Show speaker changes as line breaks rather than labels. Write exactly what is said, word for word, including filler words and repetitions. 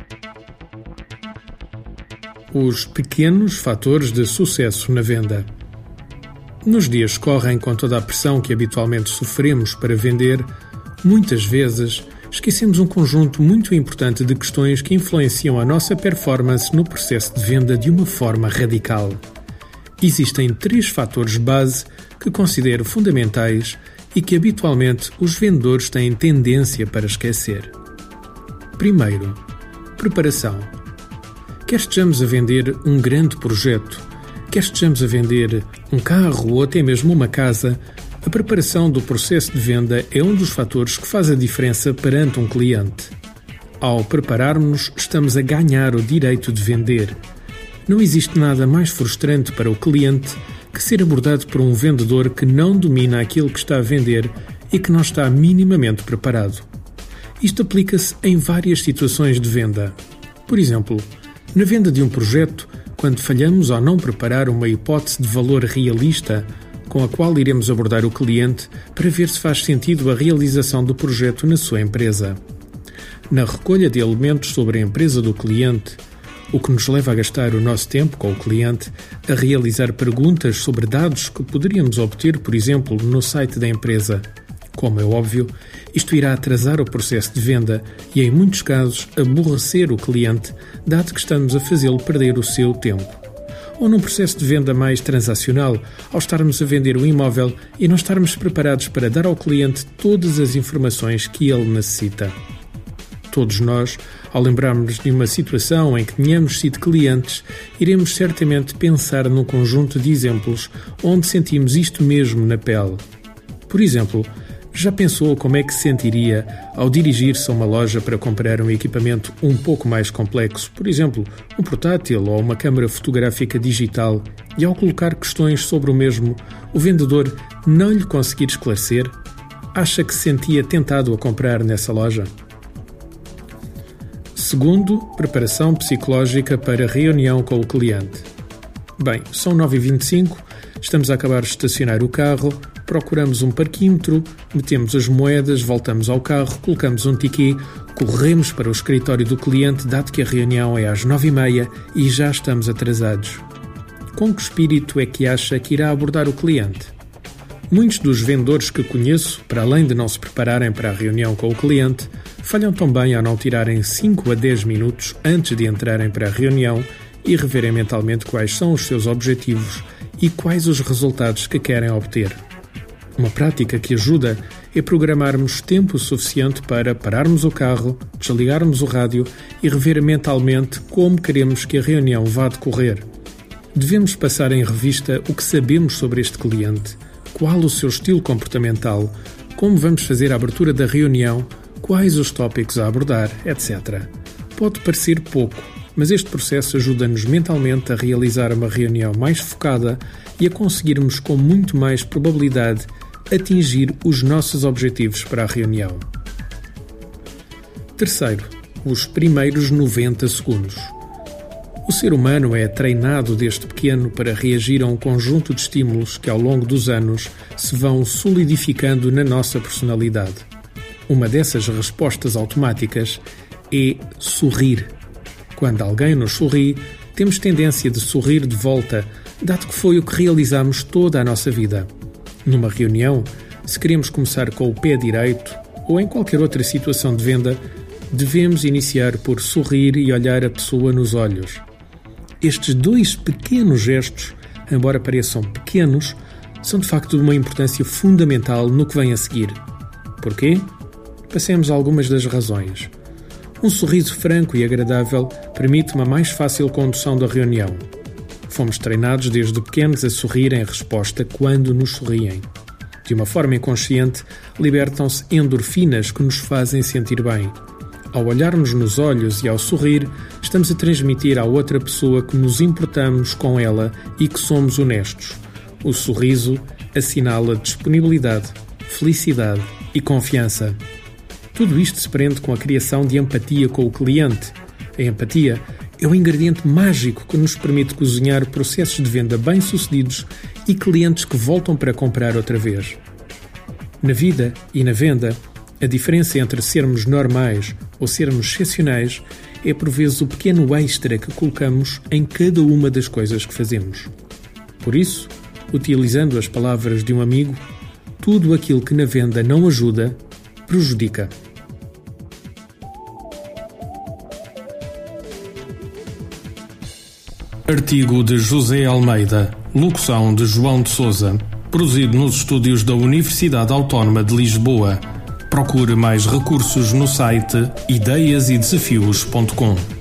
Os pequenos fatores de sucesso na venda. Nos dias que correm, com toda a pressão que habitualmente sofremos para vender, muitas vezes esquecemos um conjunto muito importante de questões que influenciam a nossa performance no processo de venda de uma forma radical. Existem três fatores base que considero fundamentais e que habitualmente os vendedores têm tendência para esquecer. Primeiro, preparação. Quer estejamos a vender um grande projeto, quer estejamos a vender um carro ou até mesmo uma casa, a preparação do processo de venda é um dos fatores que faz a diferença perante um cliente. Ao prepararmos-nos, estamos a ganhar o direito de vender. Não existe nada mais frustrante para o cliente que ser abordado por um vendedor que não domina aquilo que está a vender e que não está minimamente preparado. Isto aplica-se em várias situações de venda. Por exemplo, na venda de um projeto, quando falhamos ao não preparar uma hipótese de valor realista com a qual iremos abordar o cliente para ver se faz sentido a realização do projeto na sua empresa. Na recolha de elementos sobre a empresa do cliente, o que nos leva a gastar o nosso tempo com o cliente, a realizar perguntas sobre dados que poderíamos obter, por exemplo, no site da empresa. Como é óbvio, isto irá atrasar o processo de venda e, em muitos casos, aborrecer o cliente, dado que estamos a fazê-lo perder o seu tempo. Ou num processo de venda mais transacional, ao estarmos a vender um imóvel e não estarmos preparados para dar ao cliente todas as informações que ele necessita. Todos nós, ao lembrarmos de uma situação em que tenhamos sido clientes, iremos certamente pensar num conjunto de exemplos onde sentimos isto mesmo na pele. Por exemplo, já pensou como é que se sentiria ao dirigir-se a uma loja para comprar um equipamento um pouco mais complexo, por exemplo, um portátil ou uma câmara fotográfica digital, e ao colocar questões sobre o mesmo, o vendedor não lhe conseguir esclarecer? Acha que se sentia tentado a comprar nessa loja? Segundo, preparação psicológica para a reunião com o cliente. Bem, são nove e vinte e cinco, estamos a acabar de estacionar o carro, procuramos um parquímetro, metemos as moedas, voltamos ao carro, colocamos um ticket, corremos para o escritório do cliente, dado que a reunião é às nove e meia e já estamos atrasados. Com que espírito é que acha que irá abordar o cliente? Muitos dos vendedores que conheço, para além de não se prepararem para a reunião com o cliente, falham também ao não tirarem cinco a dez minutos antes de entrarem para a reunião e reverem mentalmente quais são os seus objetivos e quais os resultados que querem obter. Uma prática que ajuda é programarmos tempo suficiente para pararmos o carro, desligarmos o rádio e rever mentalmente como queremos que a reunião vá decorrer. Devemos passar em revista o que sabemos sobre este cliente, qual o seu estilo comportamental, como vamos fazer a abertura da reunião, quais os tópicos a abordar, etcétera. Pode parecer pouco, mas este processo ajuda-nos mentalmente a realizar uma reunião mais focada e a conseguirmos com muito mais probabilidade atingir os nossos objetivos para a reunião. Terceiro, os primeiros noventa segundos. O ser humano é treinado desde pequeno para reagir a um conjunto de estímulos que ao longo dos anos se vão solidificando na nossa personalidade. Uma dessas respostas automáticas é sorrir. Quando alguém nos sorri, temos tendência de sorrir de volta, dado que foi o que realizamos toda a nossa vida. Numa reunião, se queremos começar com o pé direito ou em qualquer outra situação de venda, devemos iniciar por sorrir e olhar a pessoa nos olhos. Estes dois pequenos gestos, embora pareçam pequenos, são de facto de uma importância fundamental no que vem a seguir. Porquê? Passemos a algumas das razões. Um sorriso franco e agradável permite uma mais fácil condução da reunião. Fomos treinados desde pequenos a sorrir em resposta quando nos sorriem. De uma forma inconsciente, libertam-se endorfinas que nos fazem sentir bem. Ao olharmos nos olhos e ao sorrir, estamos a transmitir à outra pessoa que nos importamos com ela e que somos honestos. O sorriso assinala disponibilidade, felicidade e confiança. Tudo isto se prende com a criação de empatia com o cliente. A empatia é o ingrediente mágico que nos permite cozinhar processos de venda bem-sucedidos e clientes que voltam para comprar outra vez. Na vida e na venda, a diferença entre sermos normais ou sermos excepcionais é por vezes o pequeno extra que colocamos em cada uma das coisas que fazemos. Por isso, utilizando as palavras de um amigo, tudo aquilo que na venda não ajuda, prejudica. Artigo de José Almeida, locução de João de Sousa, produzido nos estúdios da Universidade Autónoma de Lisboa. Procure mais recursos no site ideias e desafios ponto com.